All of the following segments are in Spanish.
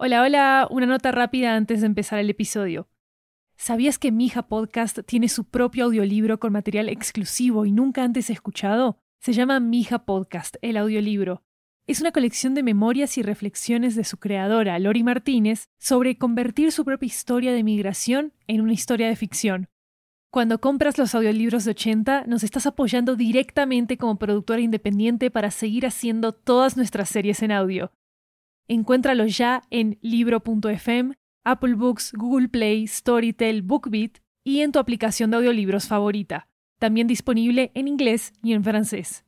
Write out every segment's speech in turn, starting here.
Hola, hola, una nota rápida antes de empezar el episodio. ¿Sabías que Mija Podcast tiene su propio audiolibro con material exclusivo y nunca antes escuchado? Se llama Mija Podcast, el audiolibro. Es una colección de memorias y reflexiones de su creadora, Lori Martínez, sobre convertir su propia historia de migración en una historia de ficción. Cuando compras los audiolibros de 80, nos estás apoyando directamente como productora independiente para seguir haciendo todas nuestras series en audio. Encuéntralo ya en libro.fm, Apple Books, Google Play, Storytel, BookBeat y en tu aplicación de audiolibros favorita. También disponible en inglés y en francés.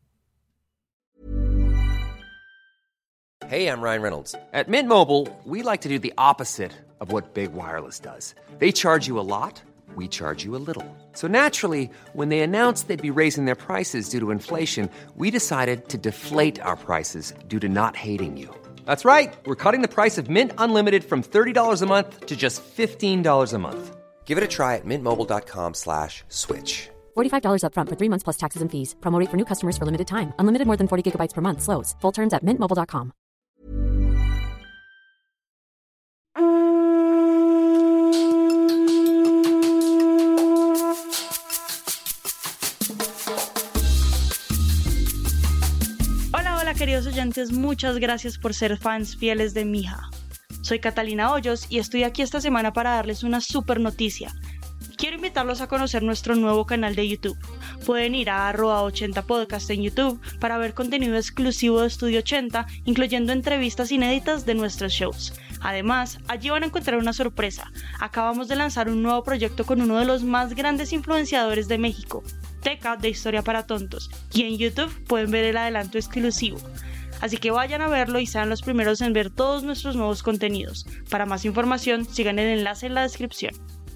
Hey, I'm Ryan Reynolds. At Mint Mobile, we like to do the opposite of what Big Wireless does. They charge you a lot, we charge you a little. So naturally, when they announced they'd be raising their prices due to inflation, we decided to deflate our prices due to not hating you. That's right. We're cutting the price of Mint Unlimited from $30 a month to just $15 a month. Give it a try at mintmobile.com/switch. $45 up front for 3 months plus taxes and fees. Promo rate for new customers for limited time. Unlimited more than 40 gigabytes per month. Slows full terms at mintmobile.com. Hola queridos oyentes, muchas gracias por ser fans fieles de Mija. Soy Catalina Hoyos y estoy aquí esta semana para darles una super noticia. Quiero invitarlos a conocer nuestro nuevo canal de YouTube. Pueden ir a @80podcast en YouTube para ver contenido exclusivo de Estudio 80, incluyendo entrevistas inéditas de nuestros shows. Además, allí van a encontrar una sorpresa. Acabamos de lanzar un nuevo proyecto con uno de los más grandes influenciadores de México, Teca de Historia para Tontos, y en YouTube pueden ver el adelanto exclusivo. Así que vayan a verlo y sean los primeros en ver todos nuestros nuevos contenidos. Para más información, sigan el enlace en la descripción.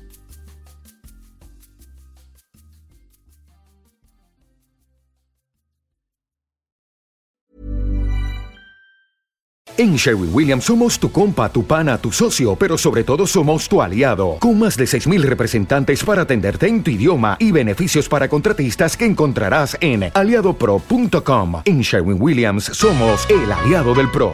En Sherwin-Williams somos tu compa, tu pana, tu socio, pero sobre todo somos tu aliado, con más de 6,000 representantes para atenderte en tu idioma y beneficios para contratistas que encontrarás en aliadopro.com. En Sherwin-Williams somos el aliado del pro.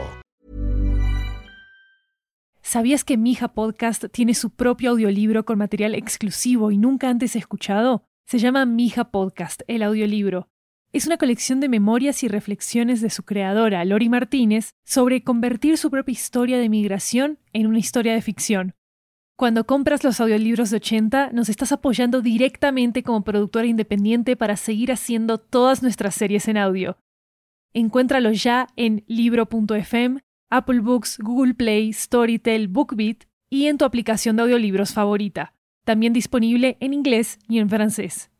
¿Sabías que Mija Podcast tiene su propio audiolibro con material exclusivo y nunca antes escuchado? Se llama Mija Podcast, el audiolibro. Es una colección de memorias y reflexiones de su creadora, Lori Martínez, sobre convertir su propia historia de migración en una historia de ficción. Cuando compras los audiolibros de 80, nos estás apoyando directamente como productora independiente para seguir haciendo todas nuestras series en audio. Encuéntralo ya en libro.fm, Apple Books, Google Play, Storytel, BookBeat y en tu aplicación de audiolibros favorita. También disponible en inglés y en francés.